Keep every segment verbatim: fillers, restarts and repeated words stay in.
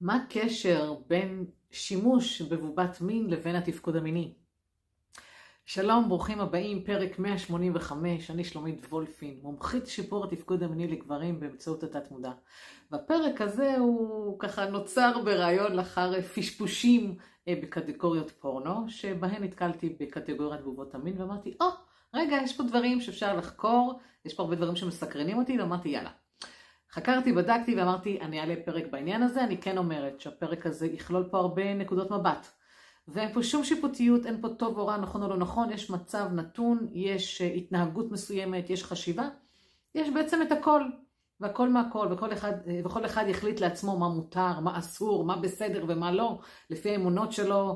מה הקשר בין שימוש בבובת מין לבין התפקוד המיני? שלום, ברוכים הבאים, פרק מאה שמונים וחמש, אני שלומית וולפין, מומחית שיפור התפקוד המיני לגברים באמצעות התת מודע. והפרק הזה הוא ככה נוצר ברעיון לאחר פשפושים בקטגוריות פורנו, שבהן נתקלתי בקטגוריית תגובות המין, ואמרתי, או, oh, רגע, יש פה דברים שאפשר לחקור, יש פה הרבה דברים שמסקרנים אותי, ואמרתי, יאללה. חקרתי, בדקתי ואמרתי, אני אעלה פרק בעניין הזה, אני כן אומרת שהפרק הזה יכלול פה הרבה נקודות מבט. ואין פה שום שיפוטיות, אין פה טוב או רע, נכון או לא נכון, יש מצב נתון, יש התנהגות מסוימת, יש חשיבה, יש בעצם את הכל, והכל מהכל, וכל אחד, וכל אחד יחליט לעצמו מה מותר, מה אסור, מה בסדר ומה לא, לפי האמונות שלו,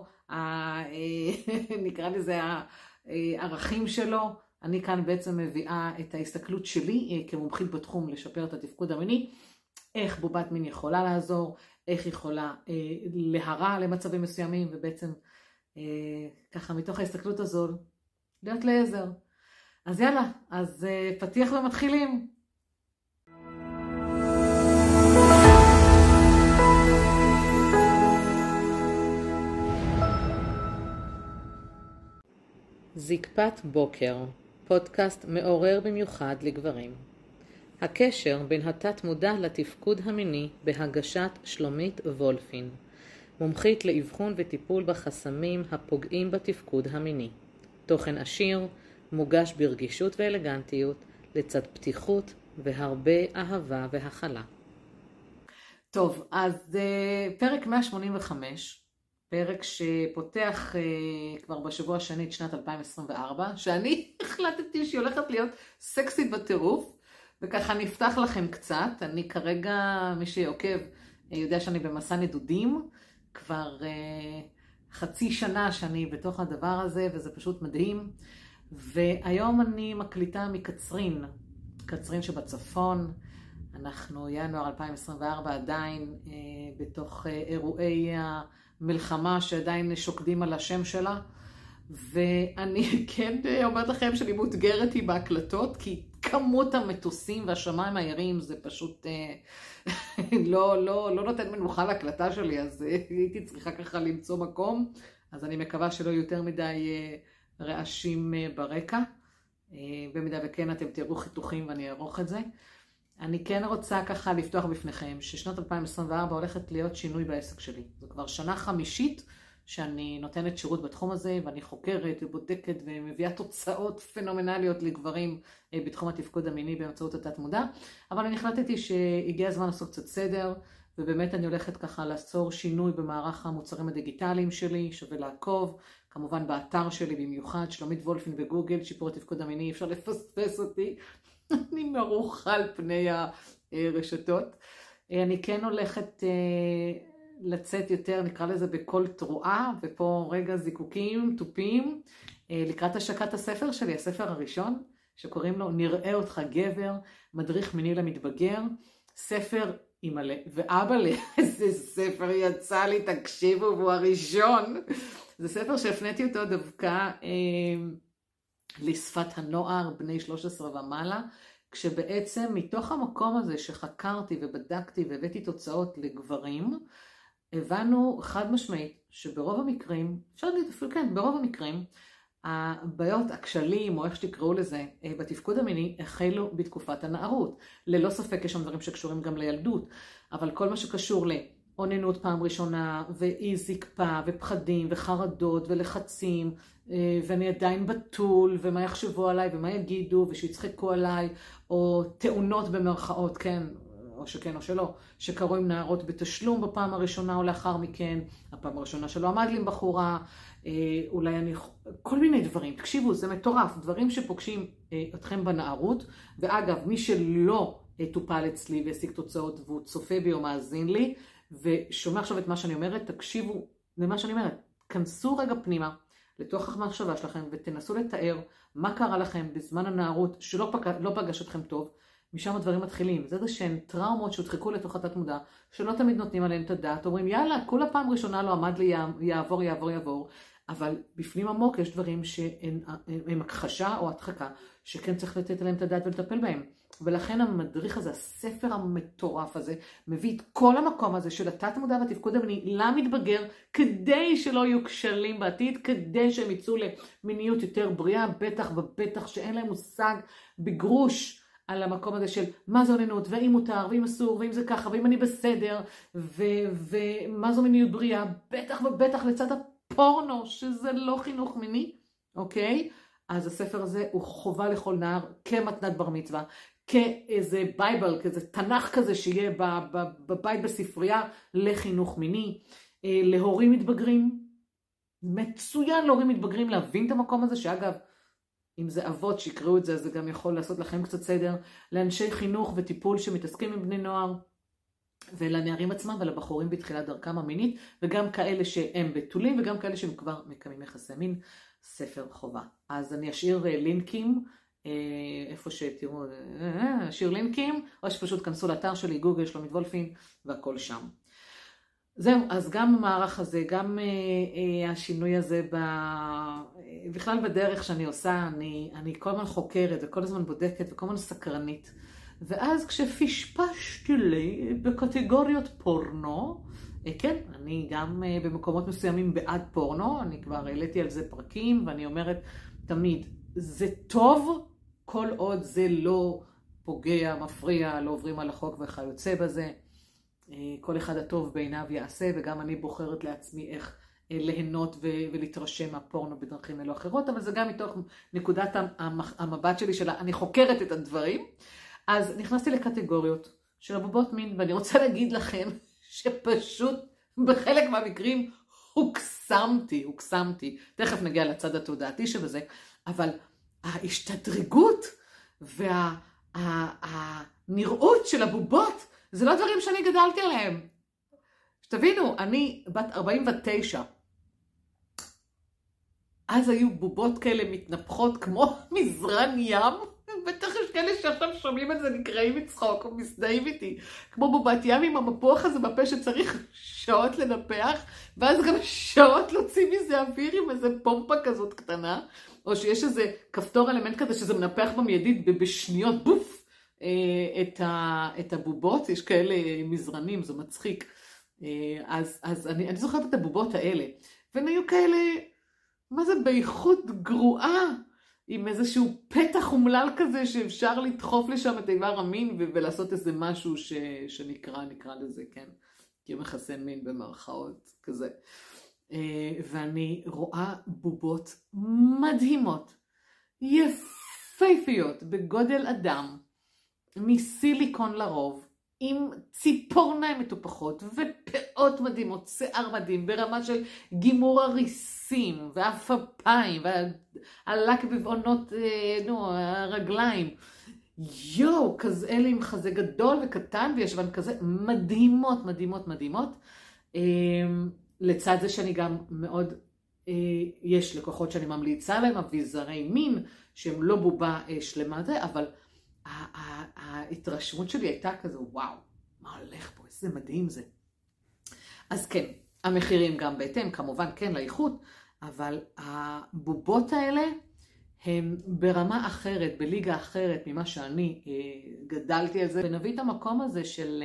נקרא לזה הערכים שלו. אני כאן בעצם מביאה את ההסתכלות שלי כמומחית בתחום לשפר את התפקוד המיני, איך בובת מין יכולה לעזור, איך יכולה אה, להרע למצבים מסוימים, ובעצם אה, ככה מתוך ההסתכלות הזו להיות לעזר. אז יאללה, אז אה, פתיח ומתחילים. זקפת בוקר, פודקאסט מעורר במיוחד לגברים. הקשר בין התת מודע לתפקוד המיני בהגשת שלומית וולפין, מומחית לאבחון וטיפול בחסמים הפוגעים בתפקוד המיני. תוכן עשיר, מוגש ברגישות ואלגנטיות, לצד פתיחות והרבה אהבה והכלה. טוב, אז פרק מאה שמונים וחמש, פרק שפותח כבר בשבוע השני את שנת אלפיים עשרים וארבע, שאני החלטתי שהיא הולכת להיות סקסית בטירוף, וככה נפתח לכם קצת. אני כרגע, מי שעוקב יודע שאני במסע נדודים, כבר uh, חצי שנה שאני בתוך הדבר הזה, וזה פשוט מדהים. והיום אני מקליטה מקצרין, קצרין שבצפון. אנחנו ינואר אלפיים עשרים וארבע עדיין uh, בתוך uh, אירועי המלחמה שעדיין שוקדים על השם שלה. ואני כן אומרת לכם שאני מאותגרת היא בהקלטות, כי כמות המטוסים והשמיים העירים זה פשוט אה, לא, לא, לא נותן מנוחה להקלטה שלי, אז אה, הייתי צריכה ככה למצוא מקום. אז אני מקווה שלא יותר מדי אה, רעשים אה, ברקע. אה, במידה וכן אתם תראו חיתוכים ואני אערוך את זה. אני כן רוצה ככה לפתוח בפניכם ששנת אלפיים עשרים וארבע הולכת להיות שינוי בעסק שלי. זו כבר שנה חמישית שאני נותנת שירות בתחום הזה, ואני חוקרת ובודקת ומביאה תוצאות פנומנליות לגברים בתחום התפקוד המיני באמצעות התת מודע. אבל אני החלטתי שהגיע הזמן לעשות קצת סדר, ובאמת אני הולכת ככה לעצור שינוי במערך המוצרים הדיגיטליים שלי, שווה לעקוב, כמובן באתר שלי במיוחד, שלומית וולפין בגוגל, שיפור התפקוד המיני, אפשר לפספס אותי, אני מרוחה על פני הרשתות. אני כן הולכת לצאת יותר, נקרא לזה בכל תרועה, ופה רגע זיקוקים, טופים, לקראת השקת הספר שלי, הספר הראשון, שקוראים לו נראה אותך גבר, מדריך מיני למתבגר, ספר אימא'לה ואבא'לה, איזה ספר יצא לי, תקשיבו, והוא הראשון. זה ספר שהפניתי אותו דווקא אה, לשפת הנוער, בני שלוש עשרה ומעלה, כשבעצם מתוך המקום הזה שחקרתי ובדקתי והבאתי תוצאות לגברים, הבנו חד משמעית שברוב המקרים, אפשר להגיד אפילו כן, ברוב המקרים, הבעיות, הכשלים, או איך שתקראו לזה, בתפקוד המיני, החלו בתקופת הנערות. ללא ספק יש שם דברים שקשורים גם לילדות, אבל כל מה שקשור לעוננות פעם ראשונה, ואי זקפה, ופחדים, וחרדות, ולחצים, ואני עדיין בטול, ומה יחשבו עליי, ומה יגידו, ושיצחקו עליי, או תאונות במרכאות, כן, או שכן או שלא, שקרו עם נערות בתשלום בפעם הראשונה או לאחר מכן, הפעם הראשונה שלא עמד לי עם בחורה, אולי אני, כל מיני דברים. תקשיבו, זה מטורף, דברים שפוגשים אתכם בנערות, ואגב, מי שלא טופל אצלי והשיג תוצאות והוא צופה בי או מאזין לי, ושומע עכשיו את מה שאני אומרת, תקשיבו למה שאני אומרת, כנסו רגע פנימה, לתוך המחשבה שלכם, ותנסו לתאר מה קרה לכם בזמן הנערות שלא פג... לא פגש אתכם טוב, משם הדברים מתחילים. זה זה שהן טראומות שהודחקו לתוך התת מודע, שלא תמיד נותנים עליהן את הדעת, אומרים יאללה, כולה פעם ראשונה לא עמד לי, יעבור, יעבור, יעבור. אבל בפנים עמוק יש דברים שהם הכחשה או הדחקה, שכן צריך לתת עליהם את הדעת ולטפל בהם. ולכן המדריך הזה, הספר המטורף הזה, מביא את כל המקום הזה של התת מודע והתפקוד המיני למתבגר, כדי שלא יהיו כשלים בעתיד, כדי שהם יצאו למיניות יותר בריאה, בטח ובטח שאין להם מושג בגרוש על המקום הזה של מה זו אוננות, ואם מותר, ואם אסור, ואם זה ככה, ואם אני בסדר, ו- ומה זו מיניות בריאה, בטח ובטח לצד הפורנו, שזה לא חינוך מיני, אוקיי? אז הספר הזה הוא חובה לכל נער, כמתנת בר מצווה, כאיזה בייבל, כאיזה תנ"ך כזה שיהיה בבית בספרייה לחינוך מיני, להורים מתבגרים, מצוין להורים מתבגרים להבין את המקום הזה, שאגב, אם זה אבות שיקראו את זה, זה גם יכול לעשות לכם קצת סדר, לאנשי חינוך וטיפול שמתעסקים עם בני נוער, ולנערים עצמם ולבחורים בתחילת דרכם המינית, וגם כאלה שהם בתולים, וגם כאלה שהם כבר מקיימים יחסי מין, ספר חובה. אז אני אשאיר לינקים, איפה שתראו, אשאיר לינקים, או שפשוט כנסו לאתר שלי, גוגל, שלומית וולפין, והכל שם. זהו, אז גם המערך הזה, גם אה, השינוי הזה, ב... בכלל בדרך שאני עושה, אני, אני כל הזמן חוקרת וכל הזמן בודקת וכל הזמן סקרנית. ואז כשפשפשתי לי בקטגוריות פורנו, אה, כן, אני גם אה, במקומות מסוימים בעד פורנו, אני כבר העליתי על זה פרקים, ואני אומרת תמיד, זה טוב כל עוד זה לא פוגע, מפריע, לא עוברים על החוק וכיוצא בזה. כל אחד הטוב בעיניו יעשה, וגם אני בוחרת לעצמי איך ליהנות ולהתרשם מהפורנו בדרכים אלו אחרות, אבל זה גם מתוך נקודת המבט שלי שלה, אני חוקרת את הדברים. אז נכנסתי לקטגוריות של הבובות מין, ואני רוצה להגיד לכם שפשוט בחלק מהמקרים הוקסמתי, הוקסמתי. תכף נגיע לצד התודעתי שבזה, אבל ההשתדרגות והנראות של הבובות, זה לא דברים שאני גדלתי עליהם. שתבינו, אני בת ארבעים ותשע. אז היו בובות כאלה מתנפחות כמו מזרן ים. בטח יש כאלה שעכשיו שומעים את זה, נקראים מצחוק או מזדהים איתי. כמו בובת ים עם המפוח הזה בפה שצריך שעות לנפח, ואז גם שעות להוציא מזה אוויר עם איזה פומפה כזאת קטנה. או שיש איזה כפתור אלמנט כזה שזה מנפח במיידית בשניות, בוף. את, ה, את הבובות, יש כאלה מזרנים, זה מצחיק. אז, אז אני, אני זוכרת את הבובות האלה, והן היו כאלה, מה זה, באיכות גרועה, עם איזשהו פתח אומלל כזה, שאפשר לדחוף לשם את איבר המין, ו- ולעשות איזה משהו ש, שנקרא, נקרא לזה, כן, כאילו מחסן מין במרכאות, כזה. ואני רואה בובות מדהימות, יפהפיות, בגודל אדם, מסיליקון לרוב, עם ציפורניים מטופחות ופאות מדהימות, שיער מדהים, ברמה של גימור הריסים והפפיים והלק בבעונות, נו, הרגליים. יו, כזה אלה עם חזה גדול וקטן וישבן כזה, מדהימות, מדהימות, מדהימות. לצד זה שאני גם מאוד, יש לקוחות שאני ממליצה להם, אביזרי מין, שהם לא בובה שלמה זה, אבל ההתרשמות שלי הייתה כזה, וואו, מה הולך פה, איזה מדהים זה. אז כן, המחירים גם בהתאם, כמובן כן לאיכות, אבל הבובות האלה הן ברמה אחרת, בליגה אחרת ממה שאני גדלתי על זה, ונביא את המקום הזה של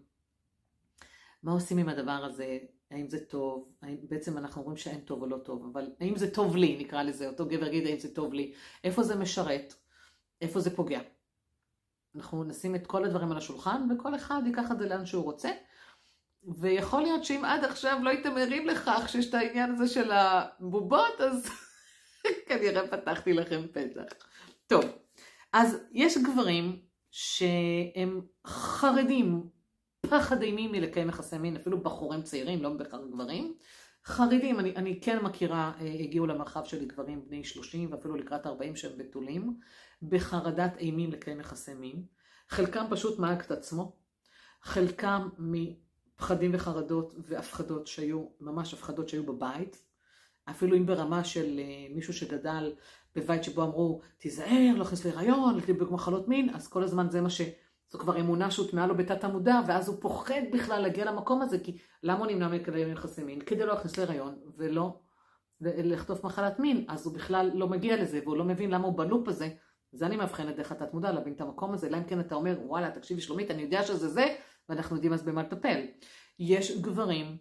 מה עושים עם הדבר הזה, האם זה טוב, האם, בעצם אנחנו אומרים שאין טוב או לא טוב, אבל האם זה טוב לי, נקרא לזה, אותו גבר גיד האם זה טוב לי, איפה זה משרת, איפה זה פוגע. אנחנו נשים את כל הדברים על השולחן, וכל אחד ייקח את זה לאן שהוא רוצה, ויכול להיות שאם עד עכשיו לא הייתם ערים לכך שיש את העניין הזה של הבובות, אז כנראה פתחתי לכם פתח. טוב, אז יש גברים שהם חרדים, פחד אימים מלקיים יחסי מין, אפילו בחורים צעירים, לא בכך גברים. חרדים, אני, אני כן מכירה, הגיעו למרחב שלי גברים בני שלושים, ואפילו לקראת ארבעים שהם בתולים, בחרדת אימים לקיים יחסי מין. חלקם פשוט מעק את עצמו, חלקם מפחדים וחרדות והפחדות שהיו, ממש הפחדות שהיו בבית, אפילו אם ברמה של מישהו שגדל בבית שבו אמרו, תיזהר, לא חס להיריון, לדבק מחלות מין, אז כל הזמן זה מה ש... זו כבר אמונה שהוטמעה לו בתת המודע, ואז הוא פוחד בכלל להגיע למקום הזה, כי למה הוא נמנע מקיים יחסי מין? כדי לא להכניס להיריון, ולא, לחטוף מחלת מין, אז הוא בכלל לא מגיע לזה, והוא לא מבין למה הוא בלופ הזה. זה אני מבחנת דרך התת מודע, להבין את המקום הזה, אלא אם כן אתה אומר, וואלה, תקשיבי שלומית, אני יודע שזה זה, ואנחנו יודעים אז במה לטפל. יש גברים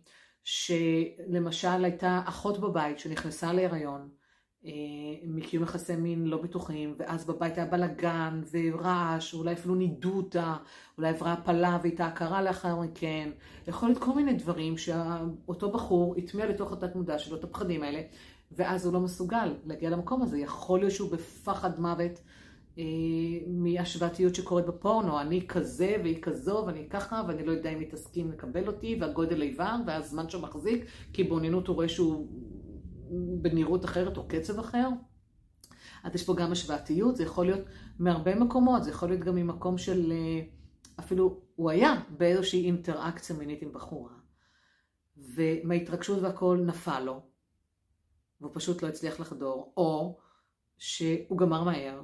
שלמשל הייתה אחות בבית שנכנסה להיריון, מקיום יחסי מין לא בטוחים, ואז בבית היה בלגן ורעש, אולי אפילו נידו אותה, אולי עברה הפלה והייתה הכרה לאחר מכן. יכול להיות כל מיני דברים שאותו בחור התמיע לתוך התת מודע שלו את הפחדים האלה, ואז הוא לא מסוגל להגיע למקום הזה. יכול להיות שהוא בפחד מוות אה, מהשוואתיות שקורית בפורנו, אני כזה והיא כזו ואני ככה, ואני לא יודע אם היא תסכים לקבל אותי, והגודל איבר והזמן שהוא מחזיק, כי בעוניינות הוא רואה שהוא בנראות אחרת או קצב אחר. אז יש פה גם השוואתיות, זה יכול להיות מהרבה מקומות, זה יכול להיות גם ממקום של, אפילו הוא היה באיזושהי אינטראקציה מינית עם בחורה, ומההתרגשות והכל נפל לו, והוא פשוט לא הצליח לחדור, או שהוא גמר מהר,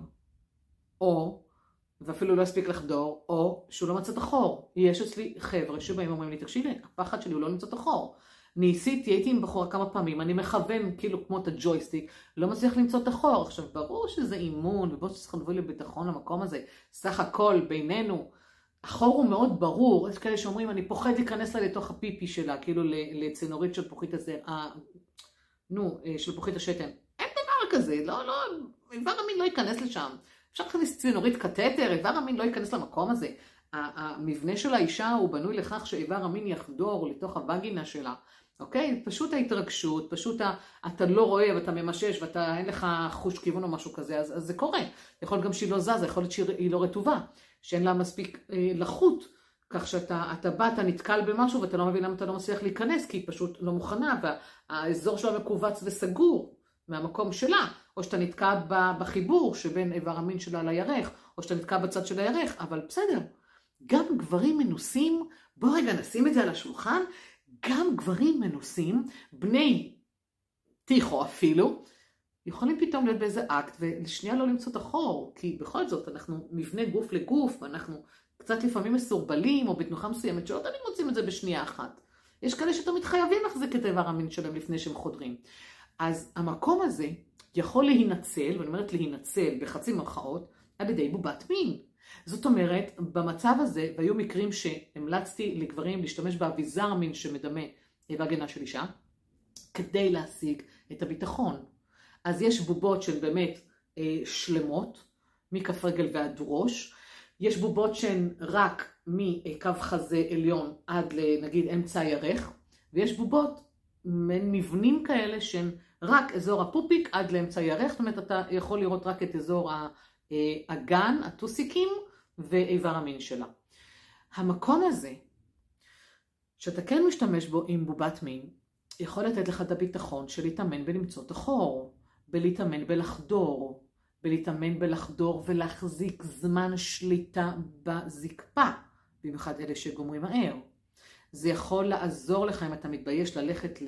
או, ואפילו לא הספיק לחדור, או שהוא לא מצא את החור. יש אצלי חבר'ה שבאים אומרים לי, תקשיבי, הפחד שלי הוא לא למצוא את החור. ניסיתי, הייתי עם בחורה כמה פעמים, אני מכוון כאילו כמו את הג'ויסטיק, לא מצליח למצוא את החור. עכשיו, ברור שזה אימון, ובוא שצריך לבוא לביטחון למקום הזה. סך הכל, בינינו, החור הוא מאוד ברור. יש כאלה שאומרים, אני פוחד להיכנס לה לתוך הפיפי שלה, כאילו לצינורית של פוחית הזר, אה, נו, של פוחית השתן. אין דבר כזה, לא, לא, איבר המין לא ייכנס לשם. אפשר להכניס צינורית קטטר, איבר המין לא ייכנס למקום הזה. המבנה של האישה הוא בנוי לכך שאיבר המין יחדור לתוך הווגינה שלה. אוקיי? פשוט ההתרגשות, פשוט אתה לא רואה ואתה ממשש ואתה אין לך חוש כיוון או משהו כזה, אז, אז זה קורה. יכול גם שהיא לא זזה, יכול להיות שהיא לא רטובה, שאין לה מספיק אה, לחוט, כך שאתה אתה בא, אתה נתקל במשהו ואתה לא מבין למה אתה לא מצליח להיכנס, כי היא פשוט לא מוכנה, והאזור שלה מקובץ וסגור מהמקום שלה, או שאתה נתקע בחיבור שבין איבר המין שלה לירך, או שאתה נתקע בצד של הירך, אבל בסדר. גם גברים מנוסים, בוא רגע נשים את זה על השולחן, גם גברים מנוסים, בני תיכו אפילו, יכולים פתאום להיות באיזה אקט, ולשנייה לא למצוא את החור, כי בכל זאת אנחנו מבנה גוף לגוף, ואנחנו קצת לפעמים מסורבלים, או בתנוחה מסוימת, שלא תמיד מוצאים את זה בשנייה אחת. יש כאלה שתמיד חייבים להחזיק את איבר המין שלהם לפני שהם חודרים. אז המקום הזה יכול להינצל, ואני אומרת להינצל בחצי מרכאות, על ידי בובת מין. זאת אומרת, במצב הזה, והיו מקרים שהמלצתי לגברים להשתמש באביזר המין שמדמה וגנה של אישה, כדי להשיג את הביטחון. אז יש בובות שהן באמת אה, שלמות, מכף רגל ועד ראש. יש בובות שהן רק מקו חזה עליון עד לנגיד אמצע הירך, ויש בובות מן מבנים כאלה שהן רק אזור הפופיק עד לאמצע הירך, זאת אומרת אתה יכול לראות רק את אזור האגן, הטוסיקים ואיבר המין שלה. המקום הזה, שאתה כן משתמש בו עם בובת מין, יכול לתת לך את הביטחון של להתאמן בלמצוא את החור, בלהתאמן בלחדור, בלהתאמן בלחדור ולהחזיק זמן שליטה בזקפה, במיוחד אלה שגומרים מהר. זה יכול לעזור לך אם אתה מתבייש ללכת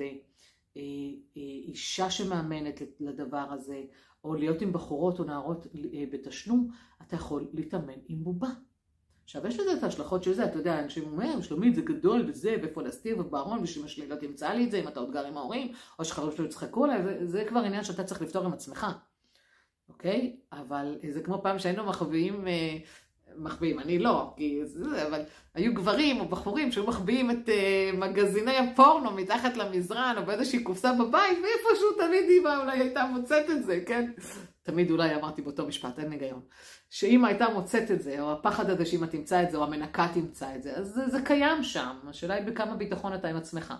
לאישה שמאמנת לדבר הזה, או להיות עם בחורות או נערות בתשלום, אתה יכול להתאמן עם בובה. עכשיו, יש לזה את ההשלכות של זה, אתה יודע, אנשים אומרים, שלומית זה גדול וזה, ואיפה להסתיר ובארון, ושאמא שלי לא תמצא לי את זה, אם אתה עוד גר עם ההורים, או שחברים שלו יצחקו עליי, זה, זה כבר עניין שאתה צריך לפתור עם עצמך. אוקיי? אבל זה כמו פעם שהיינו מחביאים, מחביאים, אני לא, כי זה, אבל היו גברים או בחורים שהיו מחביאים את uh, מגזיני הפורנו מתחת למזרן, או באיזושהי קופסה בבית, ואיפשהו תמיד אמא אולי הייתה מוצאת את זה, כן? תמיד אולי אמרתי באותו משפט, אין היגיון. שאמא הייתה מוצאת את זה, או הפחד הזה שאמא תמצא את זה, או המנקה תמצא את זה, אז זה, זה קיים שם. השאלה היא בכמה ביטחון אתה עם עצמך.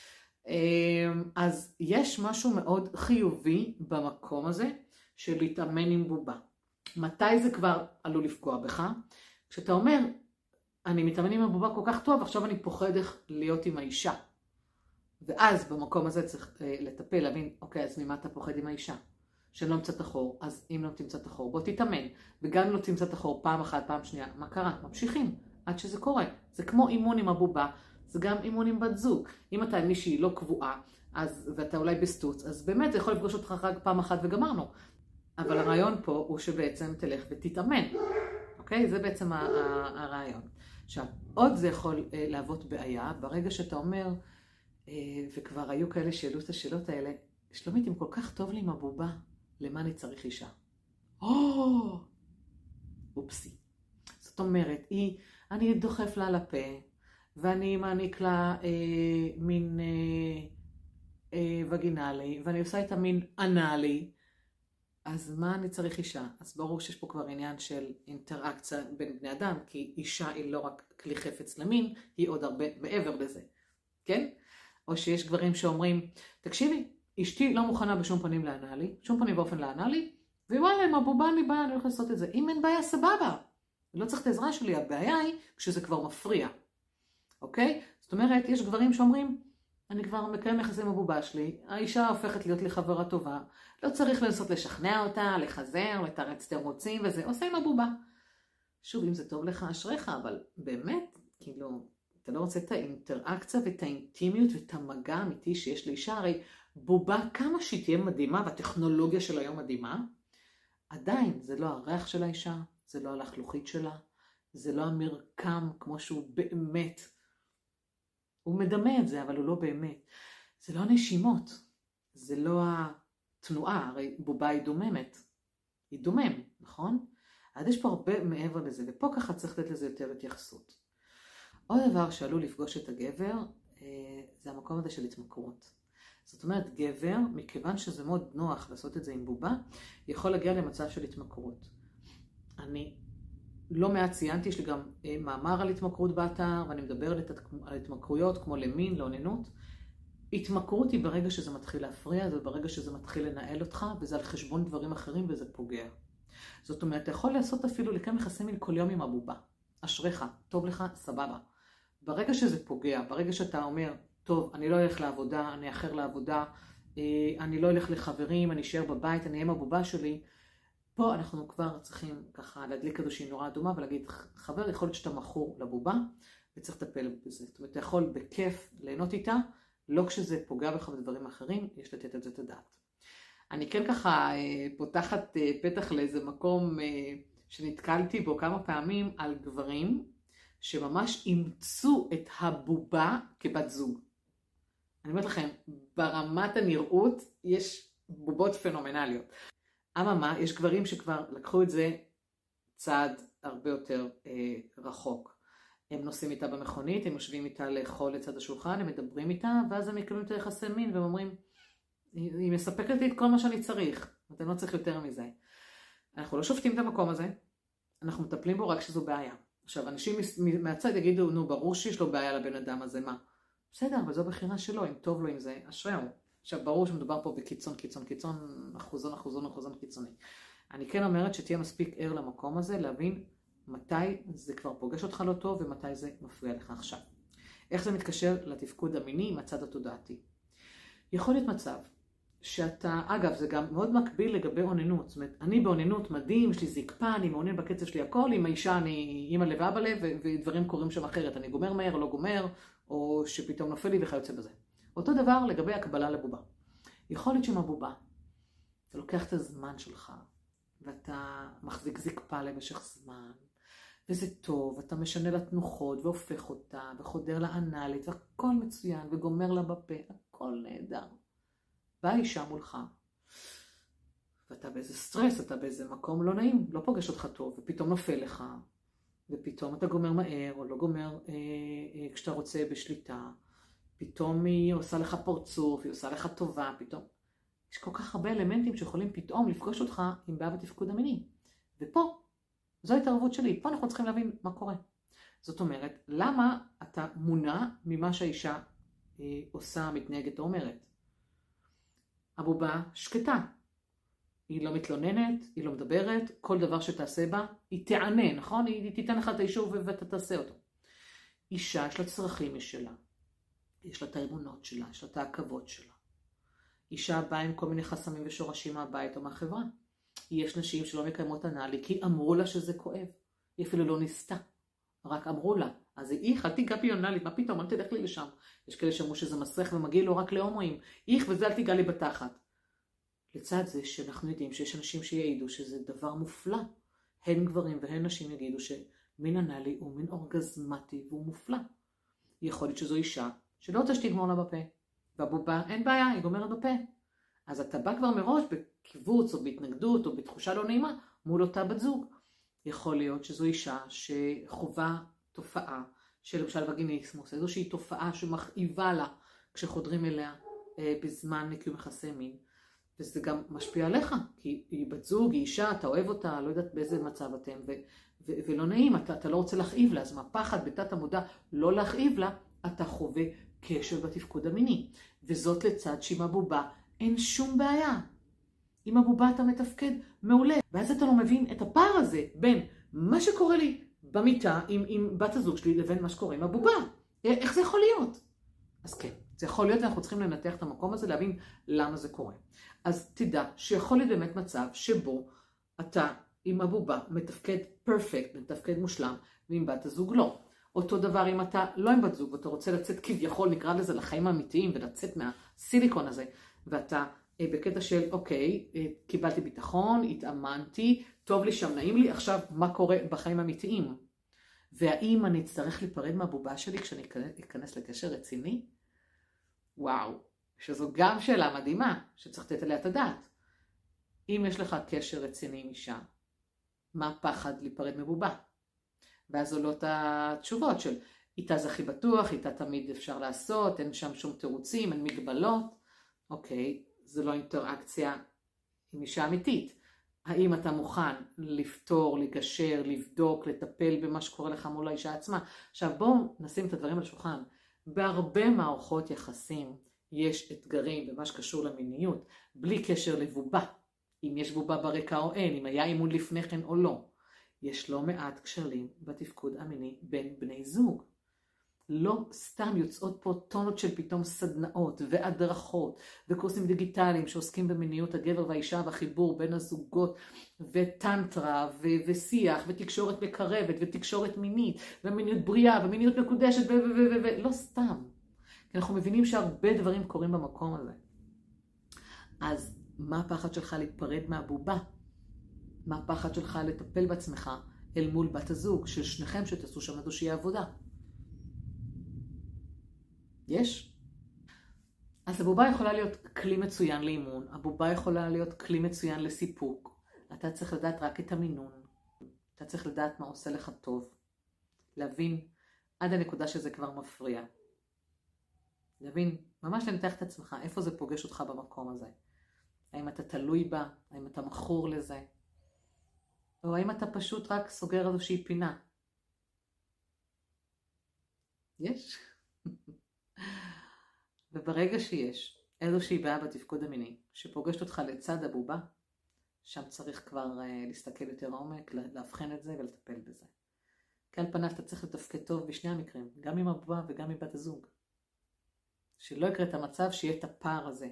אז יש משהו מאוד חיובי במקום הזה, של להתאמן עם בובה. מתי זה כבר עלול לפגוע בך? כשאתה אומר, אני מתאמן עם הבובה כל כך טוב, עכשיו אני פוחד להיות עם האישה. ואז במקום הזה צריך לטפל, להבין, אוקיי, אז ממה אתה פוחד עם האישה? שאני לא אמצא את החור, אז אם לא תמצא את החור, בוא תתאמן. וגם אם לא תמצא את החור פעם אחת, פעם שנייה, מה קרה? ממשיכים, עד שזה קורה. זה כמו אימון עם הבובה, זה גם אימון עם בת זוג. אם אתה עם מישהי לא קבועה, אז, ואתה אולי בסטוץ, אז באמת זה יכול לפגוש אותך רק פעם אחת וגמרנו. אבל הרעיון פה הוא שבעצם תלך ותתאמן. אוקיי? זה בעצם הרעיון. עכשיו, עוד זה יכול להוות בעיה, ברגע שאתה אומר, וכבר היו כאלה שאלו את השאלות האלה, שלומית, אם כל כך טוב לי עם הבובה, למה אני צריך אישה? או! אופסי. זאת אומרת, היא, אני דוחף לה לפה, ואני מעניק לה אה, מין אה, אה, וגינלי, ואני עושה את המין אנלי, אז מה אני צריך אישה? אז ברור שיש פה כבר עניין של אינטראקציה בין בני אדם, כי אישה היא לא רק כלי חפץ למין, היא עוד הרבה מעבר לזה, כן? או שיש גברים שאומרים, תקשיבי, אשתי לא מוכנה בשום פנים לענה לי, שום פנים באופן לענה לי, ווואלה, עם הבובה אני באה, אני הולך לעשות את זה. אם אין בעיה, סבבה. לא צריך את העזרה שלי, הבעיה היא כשזה כבר מפריע. אוקיי? זאת אומרת, יש גברים שאומרים, אני כבר מקיים יחסים עם הבובה שלי, האישה הופכת להיות לי חברה טובה, לא צריך לנסות לשכנע אותה, לחזר, לתרץ תירוצים וזה, עושה עם הבובה. שוב, אם זה טוב לך, אשריך, אבל באמת, כאילו, אתה לא רוצה את האינטראקציה ואת האינטימיות ואת המגע האמיתי שיש לאישה, הרי בובה, כמה שהיא תהיה מדהימה, והטכנולוגיה של היום מדהימה, עדיין זה לא הריח של האישה, זה לא הלחלוכית שלה, זה לא המרקם כמו שהוא באמת, הוא מדמה את זה, אבל הוא לא באמת. זה לא הנשימות, זה לא התנועה, הרי בובה היא דוממת, היא דומם, נכון? אז יש פה הרבה מעבר לזה, ופה ככה צריך לתת לזה יותר התייחסות. עוד דבר שעלול לפגוש את הגבר, זה המקום הזה של התמכרות. זאת אומרת, גבר, מכיוון שזה מאוד נוח לעשות את זה עם בובה, יכול להגיע למצב של התמכרות. אני לא מעט ציינתי, יש לי גם מאמר על התמכרות באתר, ואני מדבר על התמכרויות כמו למין, לאוננות. התמכרות היא ברגע שזה מתחיל להפריע, זה ברגע שזה מתחיל לנהל אותך, וזה על חשבון דברים אחרים וזה פוגע. זאת אומרת, אתה יכול לעשות אפילו לקיים יחסי מין כל יום עם הבובה. אשריך, טוב לך, סבבה. ברגע שזה פוגע, ברגע שאתה אומר, טוב, אני לא אלך לעבודה, אני אחר לעבודה, אני לא אלך לחברים, אני אשאר בבית, אני אהיה עם הבובה שלי, פה אנחנו כבר צריכים ככה להדליק איזושהי נורה אדומה ולהגיד, חבר, יכול להיות שאתה מכור לבובה וצריך לטפל בזה. זאת אומרת, אתה יכול בכיף ליהנות איתה, לא כשזה פוגע בך בדברים אחרים, יש לתת את זה את הדעת. אני כן ככה פותחת פתח לאיזה מקום שנתקלתי בו כמה פעמים על גברים שממש אימצו את הבובה כבת זוג. אני אומרת לכם, ברמת הנראות יש בובות פנומנליות. אממה, יש גברים שכבר לקחו את זה צעד הרבה יותר אה, רחוק. הם נוסעים איתה במכונית, הם יושבים איתה לאכול לצד השולחן, הם מדברים איתה, ואז הם מקבלים את היחסי מין, והם אומרים, היא מספקת לי את כל מה שאני צריך, אתה לא צריך יותר מזה. אנחנו לא שופטים את המקום הזה, אנחנו מטפלים בו רק שזו בעיה. עכשיו, אנשים מהצד יגידו, נו, ברור שיש לו בעיה לבן אדם הזה, מה? בסדר, אבל זו בחירה שלו, אם טוב לו עם זה, אשריהו. עכשיו, ברור שמדובר פה בקיצון, קיצון, קיצון, אחוזון, אחוזון, אחוזון קיצוני. אני כן אומרת שתהיה מספיק ער למקום הזה, להבין מתי זה כבר פוגש אותך לא טוב, ומתי זה מפריע לך עכשיו. איך זה מתקשר לתפקוד המיני מהצד התודעתי? יכול להיות מצב שאתה, אגב, זה גם מאוד מקביל לגבי אוננות. זאת אומרת, אני באוננות מדהים, יש לי זקפה, אני מעונן בקצב שלי הכל, עם האישה אני אימא לב ואבא לב, ודברים קורים שם אחרת. אני גומר מהר או לא גומר, או שפתאום נופל לי וכיוצא בזה. אותו דבר לגבי הקבלה לבובה. יכול להיות שעם הבובה, אתה לוקח את הזמן שלך, ואתה מחזיק זקפה למשך זמן, וזה טוב, אתה משנה לה תנוחות, והופך אותה, וחודר לה אנלית, והכל מצוין, וגומר לה בפה, הכל נהדר. באה אישה מולך, ואתה באיזה סטרס, אתה באיזה מקום לא נעים, לא פוגש אותך טוב, ופתאום נופל לך, ופתאום אתה גומר מהר, או לא גומר אה, אה, כשאתה רוצה בשליטה, פתאום היא עושה לך פרצוף, היא עושה לך טובה, פתאום. יש כל כך הרבה אלמנטים שיכולים פתאום לפגוש אותך עם בעיה בתפקוד המיני. ופה, זו התערבות שלי, פה אנחנו צריכים להבין מה קורה. זאת אומרת, למה אתה מונע ממה שהאישה אה, עושה, מתנהגת או אומרת? הבובה שקטה. היא לא מתלוננת, היא לא מדברת, כל דבר שתעשה בה, היא תענה, נכון? היא תיתן לך את האישור ואתה תעשה אותו. אישה יש לה צרכים משלה. יש לה את האמונות שלה, יש לה את העכבות שלה. אישה באה עם כל מיני חסמים ושורשים מהבית או מהחברה. יש נשים שלא מקיימות אנלי, כי אמרו לה שזה כואב. היא אפילו לא ניסתה, רק אמרו לה. אז איך, אל תיגע בי אנלית, מה פתאום, אל תלך לי לשם. יש כאלה שאמרו שזה מסריח ומגיע לו רק להומואים. איך וזה אל תיגע לי בתחת. לצד זה שאנחנו יודעים שיש אנשים שיעידו שזה דבר מופלא. הן גברים והן נשים יגידו שמין אנלי הוא מין אורגזמטי והוא מופלא. יכול להיות שזו אישה שלא רוצה שתגמור לה בפה. והבובה אין בעיה, היא גומרת בפה. אז אתה בא כבר מראש בקיבוץ או בהתנגדות או בתחושה לא נעימה מול אותה בת זוג. יכול להיות שזו אישה שחובה תופעה של למשל וגיניסמוס, איזושהי תופעה שמכאיבה לה כשחודרים אליה אה, בזמן קיום יחסי מין. וזה גם משפיע עליך, כי היא בת זוג, היא אישה, אתה אוהב אותה, לא יודעת באיזה מצב אתם, ו- ו- ולא נעים, אתה, אתה לא רוצה להכאיב לה, אז מהפחד בתת המודע לא להכאיב לה, אתה חווה קשר בתפקוד המיני. וזאת לצד שעם הבובה אין שום בעיה. עם הבובה אתה מתפקד מעולה, ואז אתה לא מבין את הפער הזה בין מה שקורה לי במיטה עם, עם בת הזוג שלי לבין מה שקורה עם הבובה. איך זה יכול להיות? אז כן, זה יכול להיות, אנחנו צריכים לנתח את המקום הזה, להבין למה זה קורה. אז תדע שיכול להיות באמת מצב שבו אתה עם הבובה מתפקד פרפקט, מתפקד מושלם, ועם בת הזוג לא. אותו דבר אם אתה לא עם בת זוג, ואתה רוצה לצאת כביכול, נקרא לזה לחיים האמיתיים, ולצאת מהסיליקון הזה, ואתה אה, בקטע של, אוקיי, אה, קיבלתי ביטחון, התאמנתי, טוב לי שם, נעים לי, עכשיו מה קורה בחיים האמיתיים? והאם אני אצטרך להיפרד מהבובה שלי כשאני אכנס לקשר רציני? וואו, שזו גם שאלה מדהימה שצריך לתת עליה את הדעת. אם יש לך קשר רציני עם אישה, מה הפחד להיפרד מבובה? ואז עולות התשובות של איתה זה הכי בטוח, איתה תמיד אפשר לעשות, אין שם שום תירוצים, אין מגבלות. אוקיי, זה לא אינטראקציה עם אישה אמיתית. האם אתה מוכן לפתור, לגשר, לבדוק, לטפל במה שקורה לך מול האישה עצמה? עכשיו בואו נשים את הדברים על שולחן. בהרבה מערכות יחסים יש אתגרים במה שקשור למיניות, בלי קשר לבובה. אם יש בובה ברקע או אין, אם היה אימון לפני כן או לא. יש לא מעט כשלים בתפקוד המיני בין בני זוג. לא סתם יוצאות פה טונות של פתאום סדנאות והדרכות וקורסים דיגיטליים שעוסקים במיניות הגבר והאישה והחיבור בין הזוגות וטנטרה ו- ושיח ותקשורת מקרבת ותקשורת מינית ומיניות בריאה ומיניות מקודשת ו... ו... ו... ו... לא סתם. כי אנחנו מבינים שהרבה דברים קורים במקום הזה. אז מה הפחד שלך להיפרד מהבובה? מה הפחד שלך לטפל בעצמך אל מול בת הזוג של שניכם שתעשו שם איזושהי עבודה? יש? אז הבובה יכולה להיות כלי מצוין לאימון, הבובה יכולה להיות כלי מצוין לסיפוק. אתה צריך לדעת רק את המינון. אתה צריך לדעת מה עושה לך טוב. להבין עד הנקודה שזה כבר מפריע. להבין, ממש לנתח את עצמך, איפה זה פוגש אותך במקום הזה. האם אתה תלוי בה, האם אתה מכור לזה, או האם אתה פשוט רק סוגר איזושהי פינה. יש? וברגע שיש איזושהי בעיה בתפקוד המיני שפוגשת אותך לצד הבובה, שם צריך כבר uh, להסתכל יותר עומק, להבחן את זה ולטפל בזה. כי על פניו אתה צריך לתפקד טוב בשני המקרים, גם עם הבובה וגם עם בת הזוג. שלא יקרה את המצב שיהיה את הפער הזה.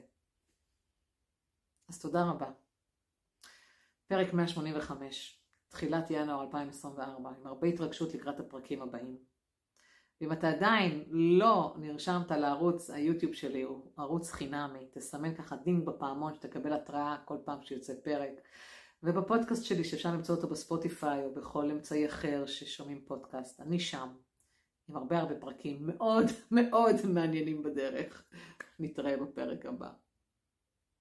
אז תודה רבה. פרק מאה שמונים וחמש, תחילת ינואר אלפיים עשרים וארבע, עם הרבה התרגשות לקראת הפרקים הבאים. ואם אתה עדיין לא נרשמת לערוץ היוטיוב שלי, הוא ערוץ חינמי, תסמן ככה דינג בפעמון שתקבל התראה כל פעם שיוצא פרק. ובפודקאסט שלי שאפשר למצוא אותו בספוטיפיי או בכל אמצעי אחר ששומעים פודקאסט, אני שם, עם הרבה הרבה פרקים מאוד מאוד מעניינים בדרך. נתראה בפרק הבא.